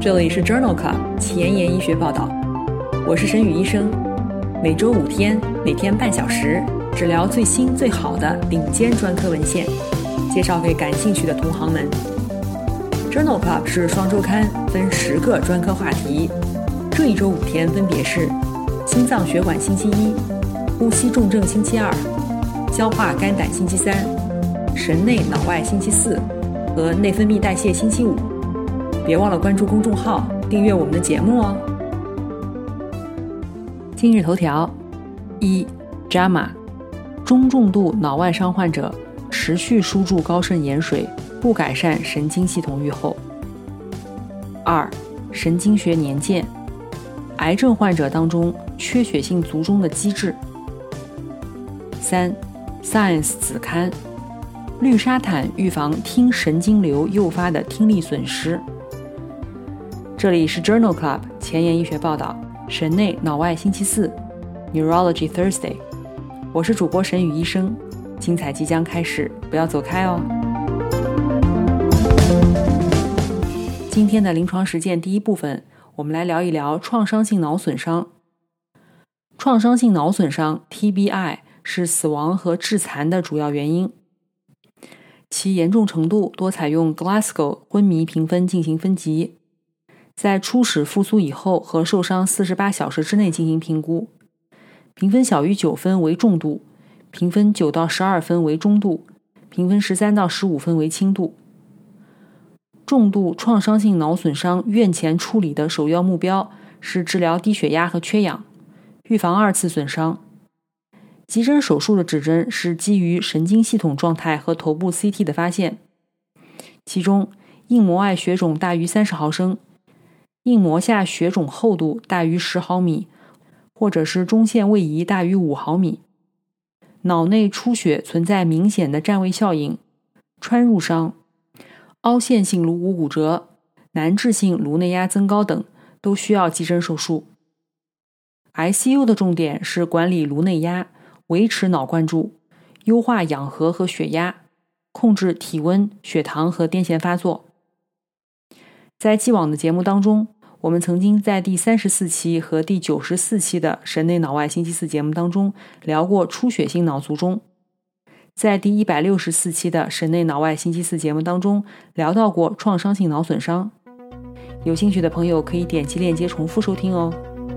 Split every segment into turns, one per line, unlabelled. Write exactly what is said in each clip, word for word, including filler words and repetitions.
这里是 Journal Club 前沿医学报道，我是沈宇医生，每周五天，每天半小时，治疗最新最好的顶尖专科文献，介绍给感兴趣的同行们。Journal Club 是双周刊，分十个专科话题，这一周五天分别是心脏血管星期一，呼吸重症星期二，消化肝胆星期三，神内脑外星期四和内分泌代谢星期五。别忘了关注公众号，订阅我们的节目哦。今日头条一 J A M A 中重度脑外伤患者持续输注高渗盐水不改善神经系统预后。二神经学年鉴癌症患者当中缺血性卒中的机制。三 Science 子刊氯沙坦预防听神经瘤诱发的听力损失。这里是 Journal Club 前沿医学报道，神内脑外星期四 Neurology Thursday， 我是主播沈宇医生，精彩即将开始，不要走开哦。今天的临床实践第一部分，我们来聊一聊创伤性脑损伤。创伤性脑损伤 T B I 是死亡和致残的主要原因，其严重程度多采用 Glasgow 昏迷评分进行分级，在初始复苏以后和受伤四十八小时之内进行评估，评分小于九分为重度，评分九到十二分为中度，评分十三到十五分为轻度。重度创伤性脑损伤院前处理的首要目标是治疗低血压和缺氧，预防二次损伤。急诊手术的指针是基于神经系统状态和头部 C T 的发现，其中硬膜外血肿大于三十毫升，硬膜下血肿厚度大于十毫米，或者是中线位移大于五毫米，脑内出血存在明显的占位效应，穿入伤、凹陷性颅骨骨折、难治性颅内压增高等都需要急诊手术。I C U 的重点是管理颅内压，维持脑灌注，优化氧合和血压，控制体温、血糖和癫痫发作。在既往的节目当中，我们曾经在第三十四期和第九十四期的神内脑外星期四节目当中聊过出血性脑卒中，在第一百六十四期的神内脑外星期四节目当中聊到过创伤性脑损伤，有兴趣的朋友可以点击链接重复收听哦。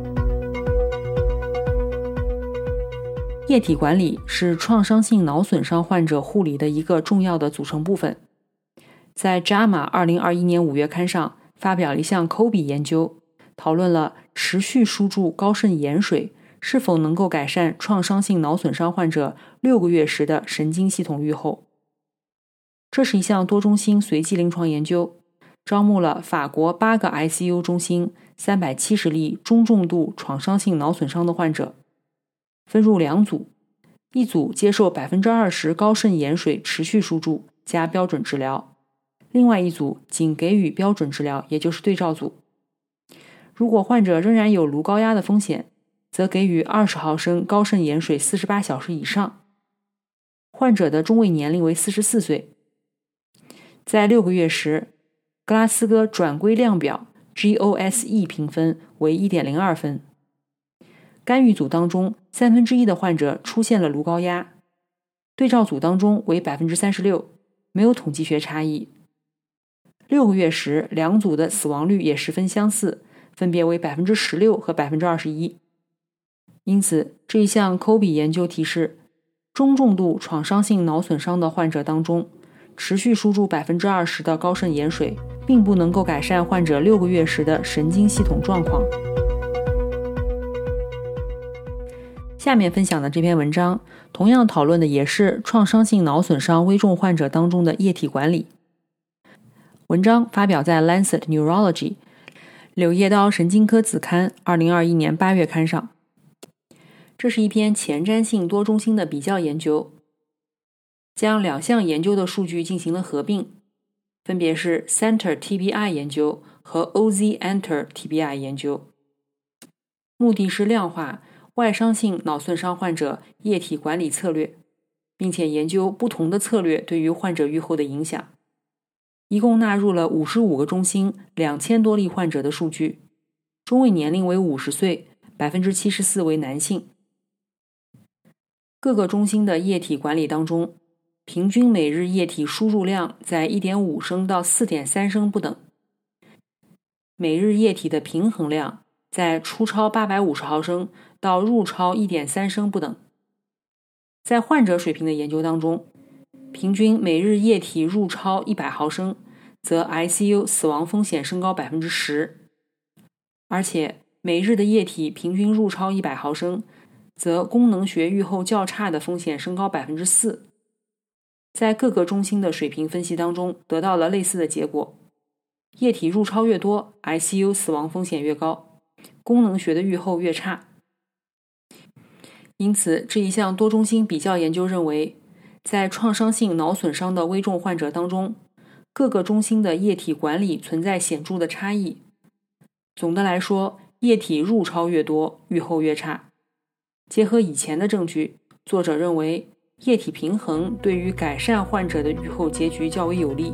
液体管理是创伤性脑损伤患者护理的一个重要的组成部分。在 J A M A 二零二一年五月刊上发表了一项 C O B E 研究，讨论了持续输注高渗盐水是否能够改善创伤性脑损伤患者六个月时的神经系统预后。这是一项多中心随机临床研究，招募了法国八个 I C U 中心三百七十例中重度创伤性脑损伤的患者，分入两组，一组接受 百分之二十 高渗盐水持续输注加标准治疗，另外一组仅给予标准治疗，也就是对照组。如果患者仍然有颅高压的风险，则给予二十毫升高渗盐水四十八小时以上。患者的中位年龄为四十四岁。在六个月时，格拉斯哥转归量表 G O S E 评分为 一点零二 分。干预组当中三分之一的患者出现了颅高压，对照组当中为 百分之三十六， 没有统计学差异。六个月时，两组的死亡率也十分相似，分别为 百分之十六 和 百分之二十一。因此，这一项 C O B E 研究提示，中重度创伤性脑损伤的患者当中，持续输注 百分之二十 的高渗盐水，并不能够改善患者六个月时的神经系统状况。下面分享的这篇文章，同样讨论的也是创伤性脑损伤危重患者当中的液体管理。文章发表在 Lancet Neurology 柳叶刀神经科子刊二零二一年八月刊上。这是一篇前瞻性多中心的比较研究，将两项研究的数据进行了合并，分别是 Center T B I 研究和 O Z Enter T B I 研究。目的是量化外伤性脑损伤患者液体管理策略，并且研究不同的策略对于患者预后的影响。 一共纳入了五十五个中心两千多例患者的数据，中位年龄为五十岁， 百分之七十四 为男性。各个中心的液体管理当中，平均每日液体输入量在 一点五升到 四点三升不等，每日液体的平衡量在出超八百五十毫升到入超 一点三升不等。在患者水平的研究当中，平均每日液体入超一百毫升，则 I C U 死亡风险升高 百分之十， 而且每日的液体平均入超一百毫升，则功能学预后较差的风险升高 百分之四。 在各个中心的水平分析当中得到了类似的结果，液体入超越多， I C U 死亡风险越高，功能学的预后越差。因此，这一项多中心比较研究认为，在创伤性脑损伤的危重患者当中，各个中心的液体管理存在显著的差异。总的来说，液体入超越多，预后越差。结合以前的证据，作者认为液体平衡对于改善患者的预后结局较为有利。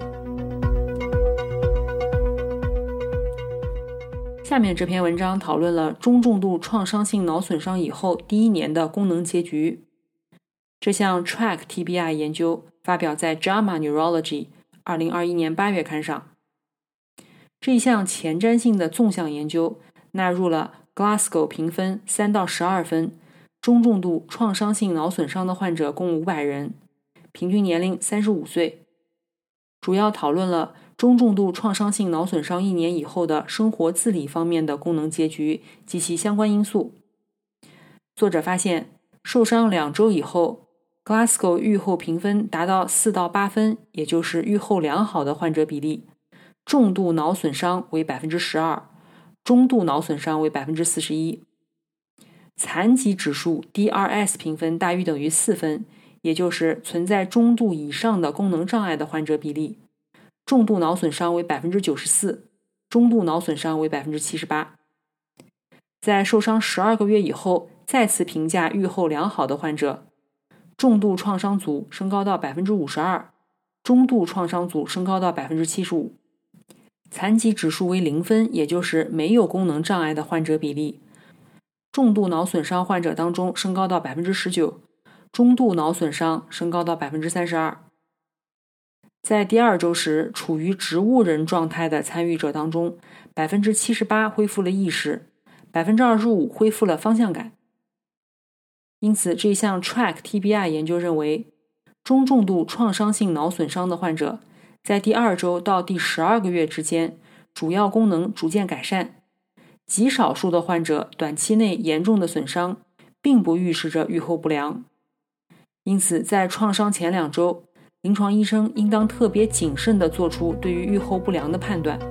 下面这篇文章讨论了中重度创伤性脑损伤以后第一年的功能结局。这项 Track T B I 研究发表在 J A M A Neurology 二零二一年八月刊上。这一项前瞻性的纵向研究纳入了 Glasgow 评分三到十二分中重度创伤性脑损伤的患者共五百人，平均年龄三十五岁，主要讨论了中重度创伤性脑损伤一年以后的生活自理方面的功能结局及其相关因素。作者发现，受伤两周以后， Glasgow 预后评分达到四到八分，也就是预后良好的患者比例，重度脑损伤为 百分之十二， 中度脑损伤为 百分之四十一。残疾指数 D R S 评分大于等于四分，也就是存在中度以上的功能障碍的患者比例，重度脑损伤为 百分之九十四， 中度脑损伤为 百分之七十八。 在受伤十二个月以后再次评价预后良好的患者，重度创伤组升高到 百分之五十二， 中度创伤组升高到 百分之七十五。 残疾指数为零分，也就是没有功能障碍的患者比例，重度脑损伤患者当中升高到 百分之十九， 中度脑损伤升高到 百分之三十二。 在第二周时处于植物人状态的参与者当中， 百分之七十八 恢复了意识， 百分之二十五 恢复了方向感。因此，这项 Track T B I 研究认为，中重度创伤性脑损伤的患者在第二周到第十二个月之间，主要功能逐渐改善。极少数的患者短期内严重的损伤，并不预示着预后不良。因此，在创伤前两周，临床医生应当特别谨慎地做出对于预后不良的判断。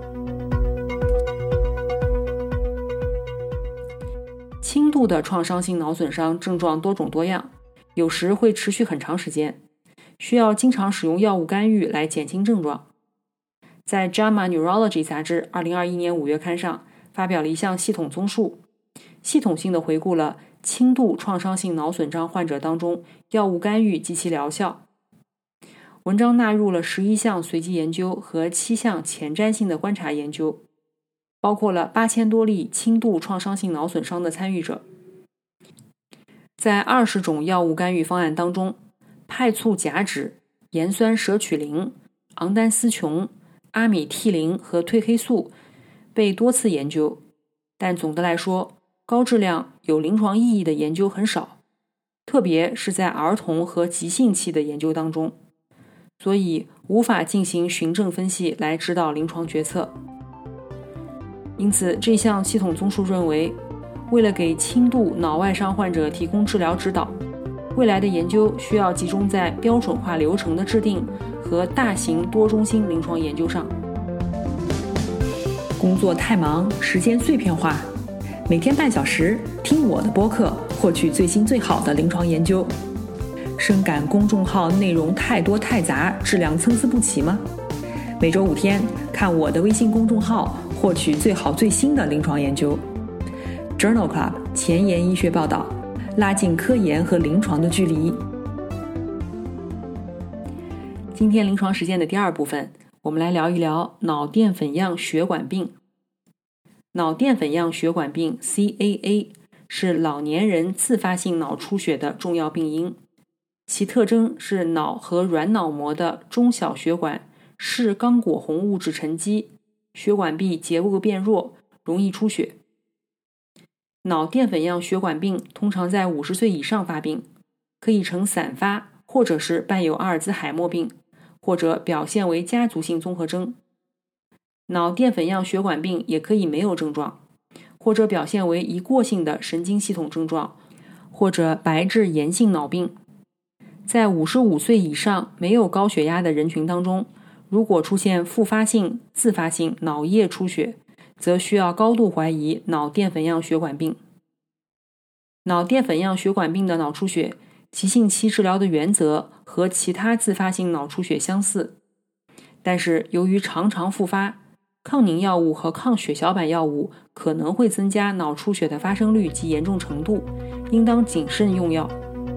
轻度的创伤性脑损伤症状多种多样，有时会持续很长时间，需要经常使用药物干预来减轻症状。在 J A M A Neurology 杂志二零二一年五月刊上发表了一项系统综述，系统性的回顾了轻度创伤性脑损伤患者当中药物干预及其疗效。文章纳入了十一项随机研究和七项前瞻性的观察研究，包括了八千多例轻度创伤性脑损伤的参与者。在二十种药物干预方案当中，派醋甲酯、盐酸舍曲灵、昂丹司琼、阿米替林和褪黑素被多次研究，但总的来说，高质量有临床意义的研究很少，特别是在儿童和急性期的研究当中，所以无法进行循证分析来指导临床决策。因此，这项系统综述认为，为了给轻度脑外伤患者提供治疗指导，未来的研究需要集中在标准化流程的制定和大型多中心临床研究上。工作太忙，时间碎片化，每天半小时听我的播客，获取最新最好的临床研究。深感公众号内容太多太杂，质量参差不齐吗？每周五天看我的微信公众号，获取最好最新的临床研究。Journal Club 前沿医学报道，拉近科研和临床的距离。今天临床实践的第二部分，我我们来聊一聊脑淀粉样血管病。脑淀粉样血管病 C A A 是老年人自发性脑出血的重要病因，其特征是脑和软脑膜的中小血管视刚果红物质沉积，血管壁结构变弱，容易出血。脑淀粉样血管病通常在五十岁以上发病，可以呈散发，或者是伴有阿尔兹海默病，或者表现为家族性综合征。脑淀粉样血管病也可以没有症状，或者表现为一过性的神经系统症状，或者白质炎性脑病。在五十五岁以上没有高血压的人群当中，如果出现复发性、自发性脑液出血，则需要高度怀疑脑淀粉样血管病。脑淀粉样血管病的脑出血，急性期治疗的原则和其他自发性脑出血相似，但是由于常常复发，抗凝药物和抗血小板药物可能会增加脑出血的发生率及严重程度，应当谨慎用药。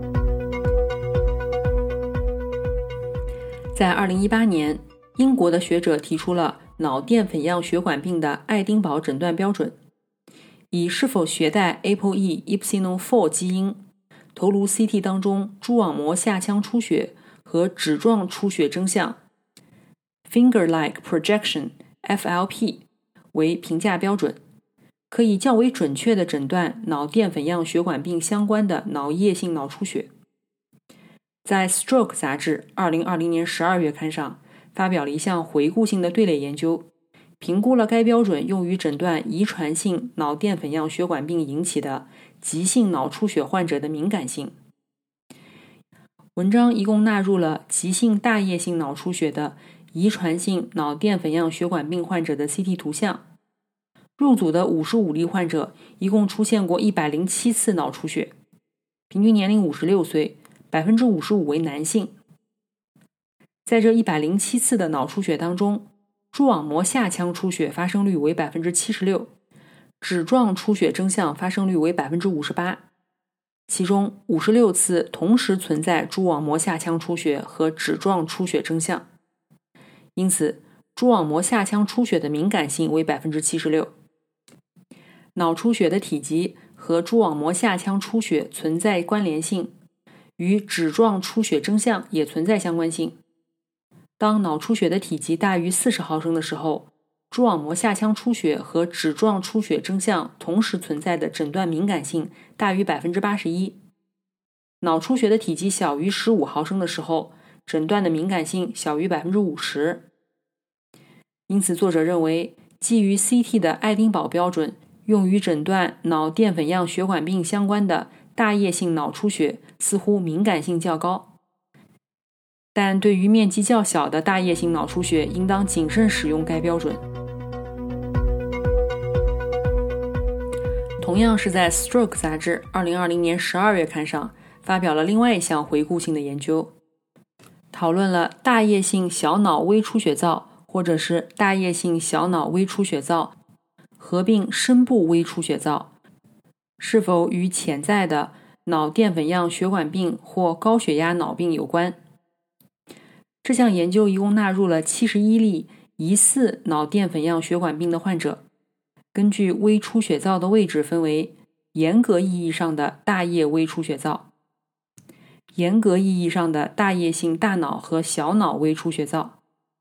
在二零一八年，英国的学者提出了脑淀粉样血管病的爱丁堡诊断标准，以是否携带 A P O E Epsilon 四 基因、头颅 C T 当中蛛网膜下腔出血和指状出血征象 Finger-like Projection F L P 为评价标准，可以较为准确地诊断脑淀粉样血管病相关的脑液性脑出血。在 Stroke 杂志二零二零年十二月刊上发表了一项回顾性的对类研究，评估了该标准用于诊断遗传性脑淀粉样血管病引起的急性脑出血患者的敏感性。文章一共纳入了急性大叶性脑出血的遗传性脑淀粉样血管病患者的 C T 图像。入组的五十五例患者一共出现过一百零七次脑出血，平均年龄五十六岁， 百分之五十五 为男性。在这一百零七次的脑出血当中，蛛网膜下腔出血发生率为 百分之七十六， 指状出血征象发生率为 百分之五十八， 其中五十六次同时存在蛛网膜下腔出血和指状出血征象，因此蛛网膜下腔出血的敏感性为 百分之七十六。 脑出血的体积和蛛网膜下腔出血存在关联性，与指状出血征象也存在相关性。当脑出血的体积大于四十毫升的时候，蛛网膜下腔出血和指状出血征象同时存在的诊断敏感性大于 百分之八十一。 脑出血的体积小于十五毫升的时候，诊断的敏感性小于 百分之五十。 因此作者认为，基于 C T 的爱丁堡标准用于诊断脑淀粉样血管病相关的大叶性脑出血似乎敏感性较高，但对于面积较小的大叶性脑出血应当谨慎使用该标准。同样是在 Stroke 杂志二零二零年十二月刊上发表了另外一项回顾性的研究，讨论了大叶性小脑微出血灶或者是大叶性小脑微出血灶合并深部微出血灶是否与潜在的脑淀粉样血管病或高血压脑病有关。这项研究一共纳入了七十一例疑似脑淀粉样血管病的患者，根据微出血灶的位置分为严格意义上的大叶微出血灶、严格意义上的大叶性大脑和小脑微出血灶、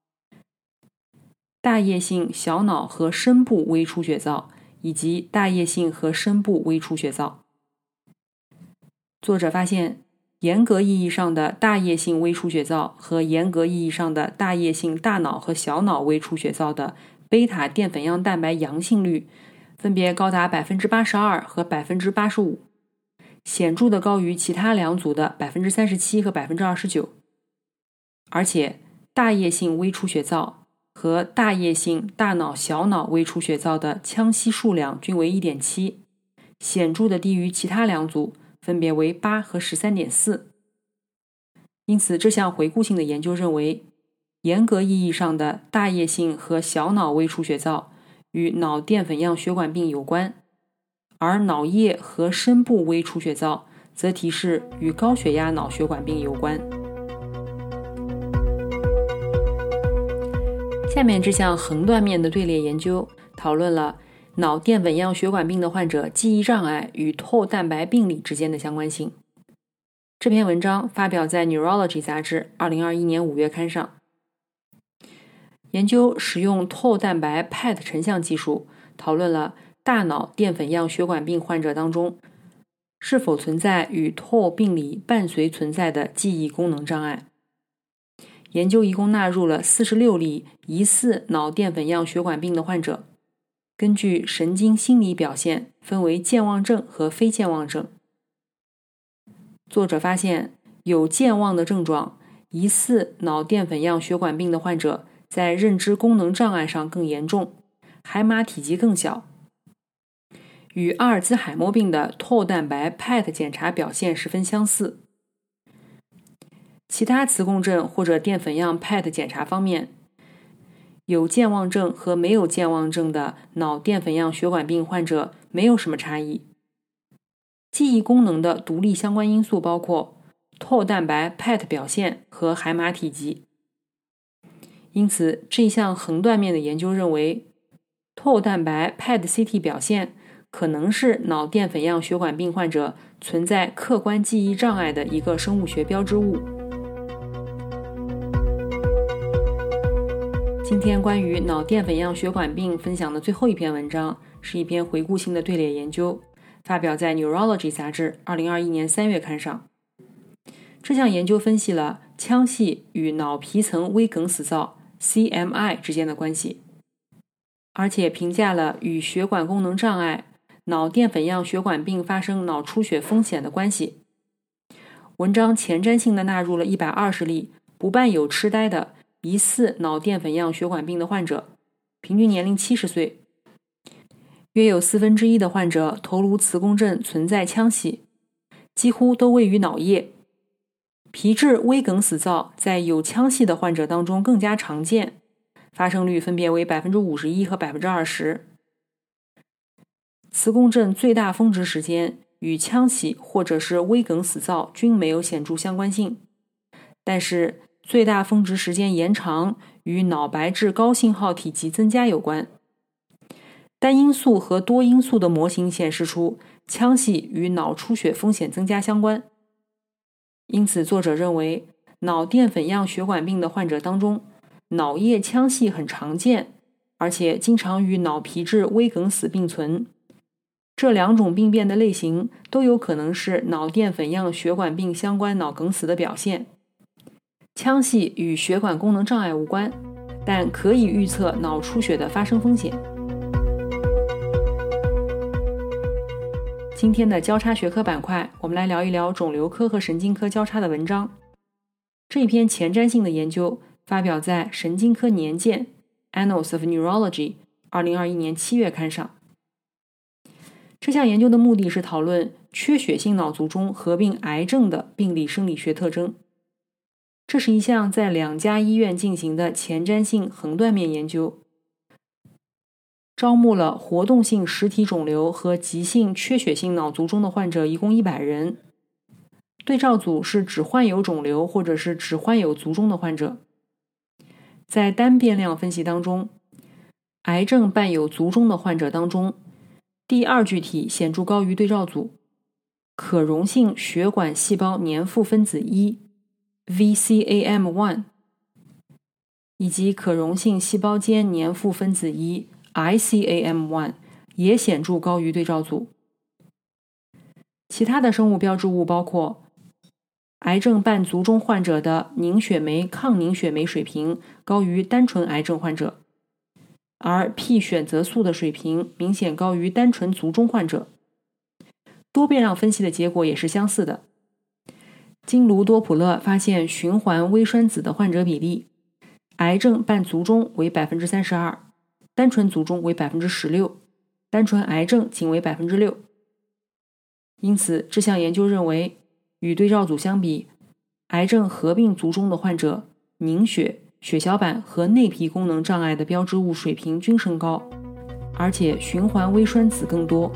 大叶性小脑和深部微出血灶以及大叶性和深部微出血灶。作者发现，严格意义上的大叶性微出血灶和严格意义上的大叶性大脑和小脑微出血灶的贝塔淀粉样蛋白阳性率分别高达 百分之八十二 和 百分之八十五， 显著的高于其他两组的 百分之三十七 和 百分之二十九。 而且大叶性微出血灶和大叶性大脑小脑微出血灶的腔隙数量均为 一点七， 显著的低于其他两组，分别为八和 十三点四。 因此这项回顾性的研究认为，严格意义上的大叶性和小脑微出血灶与脑淀粉样血管病有关，而脑叶和深部微出血灶则提示与高血压脑血管病有关。 下面这项横断面的队列研究讨论了脑淀粉样血管病的患者记忆障碍与透蛋白病理之间的相关性。这篇文章发表在 Neurology 杂志二零二一年五月刊上。研究使用透蛋白 P E T 成像技术，讨论了大脑淀粉样血管病患者当中是否存在与透病理伴随存在的记忆功能障碍。研究一共纳入了四十六例疑似脑淀粉样血管病的患者，根据神经心理表现分为健忘症和非健忘症。作者发现，有健忘的症状、疑似脑淀粉样血管病的患者在认知功能障碍上更严重，海马体积更小，与阿尔兹海默病的透蛋白 P E T 检查表现十分相似。其他磁共振或者淀粉样 P E T 检查方面，有健忘症和没有健忘症的脑淀粉样血管病患者没有什么差异。记忆功能的独立相关因素包括透蛋白 P E T 表现和海马体积。因此，这项横断面的研究认为，透蛋白 P E T C T 表现可能是脑淀粉样血管病患者存在客观记忆障碍的一个生物学标志物。今天关于脑淀粉样血管病分享的最后一篇文章是一篇回顾性的队列研究，发表在 Neurology 杂志二零二一年三月刊上。这项研究分析了腔隙与脑皮层微梗死灶 C M I 之间的关系，而且评价了与血管功能障碍、脑淀粉样血管病发生脑出血风险的关系。文章前瞻性地纳入了一百二十例不伴有痴呆的疑似脑淀粉样血管病的患者，平均年龄七十岁，约有四分之一的患者头颅磁共振存在腔隙，几乎都位于脑叶。皮质微梗死灶在有腔隙的患者当中更加常见，发生率分别为 百分之五十一 和 百分之二十。磁共振最大峰值时间与腔隙或者是微梗死灶均没有显著相关性，但是最大峰值时间延长与脑白质高信号体积增加有关。单因素和多因素的模型显示出腔隙与脑出血风险增加相关。因此，作者认为脑淀粉样血管病的患者当中，脑叶腔隙很常见，而且经常与脑皮质微梗死并存。这两种病变的类型都有可能是脑淀粉样血管病相关脑梗死的表现。腔隙与血管功能障碍无关，但可以预测脑出血的发生风险。今天的交叉学科板块，我们来聊一聊肿瘤科和神经科交叉的文章。这一篇前瞻性的研究发表在《神经科年鉴》 Annals of Neurology 二零二一年七月刊上。这项研究的目的是讨论缺血性脑卒中合并癌症的病理生理学特征。这是一项在两家医院进行的前瞻性横断面研究，招募了活动性实体肿瘤和急性缺血性脑卒中的患者一共一百人，对照组是只患有肿瘤或者是只患有卒中的患者。在单变量分析当中，癌症伴有卒中的患者当中，第二具体显著高于对照组，可溶性血管细胞粘附分子一 V C A M 一 以及可溶性细胞间粘附分子一 I C A M 一 也显著高于对照组。其他的生物标志物包括癌症伴卒中患者的凝血酶抗凝血酶水平高于单纯癌症患者，而 P 选择素的水平明显高于单纯卒中患者。多变量分析的结果也是相似的。金卢多普勒发现循环微栓子的患者比例，癌症伴卒中为 百分之三十二， 单纯卒中为 百分之十六， 单纯癌症仅为 百分之六。 因此，这项研究认为，与对照组相比，癌症合并卒中的患者凝血、血小板和内皮功能障碍的标志物水平均升高，而且循环微栓子更多。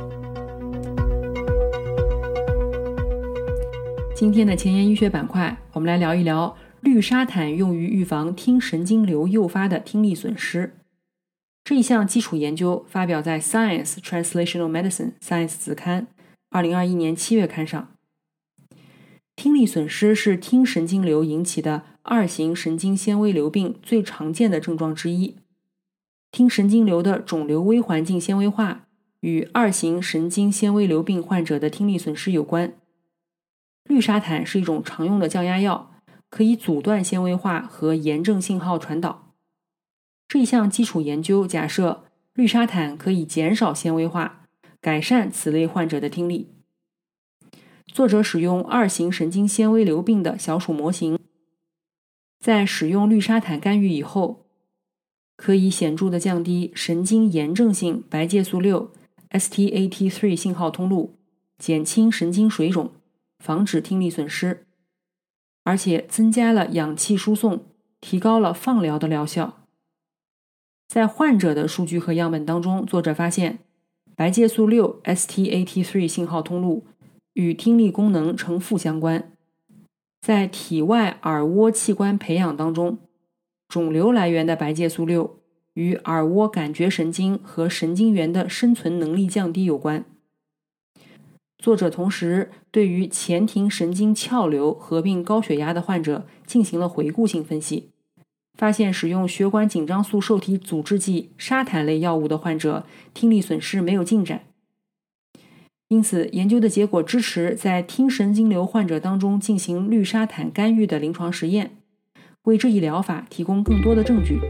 今天的前沿医学板块，我们来聊一聊氯沙坦用于预防听神经瘤诱发的听力损失。这一项基础研究发表在 Science Translational Medicine Science 子刊二零二一年七月刊上。听力损失是听神经瘤引起的二型神经纤维瘤病最常见的症状之一。听神经瘤的肿瘤微环境纤维化与二型神经纤维瘤病患者的听力损失有关。氯沙坦是一种常用的降压药，可以阻断纤维化和炎症信号传导。这一项基础研究假设氯沙坦可以减少纤维化，改善此类患者的听力。作者使用二型神经纤维瘤病的小鼠模型，在使用氯沙坦干预以后，可以显著地降低神经炎症性白介素六 S T A T 三 信号通路，减轻神经水肿，防止听力损失，而且增加了氧气输送，提高了放疗的疗效。在患者的数据和样本当中，作者发现白介素六 S T A T 三 信号通路与听力功能呈负相关。在体外耳蜗器官培养当中，肿瘤来源的白介素六与耳蜗感觉神经和神经元的生存能力降低有关。作者同时对于前庭神经鞘瘤合并高血压的患者进行了回顾性分析，发现使用血管紧张素受体阻滞剂沙坦类药物的患者听力损失没有进展。因此，研究的结果支持在听神经瘤患者当中进行氯沙坦干预的临床实验，为这一疗法提供更多的证据。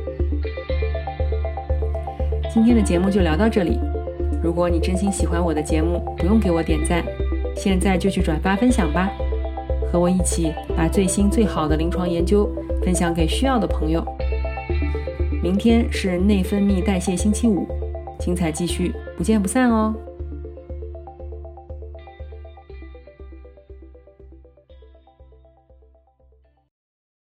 今天的节目就聊到这里。如果你真心喜欢我的节目，不用给我点赞，现在就去转发分享吧，和我一起把最新最好的临床研究分享给需要的朋友。明天是内分泌代谢星期五，精彩继续，不见不散哦。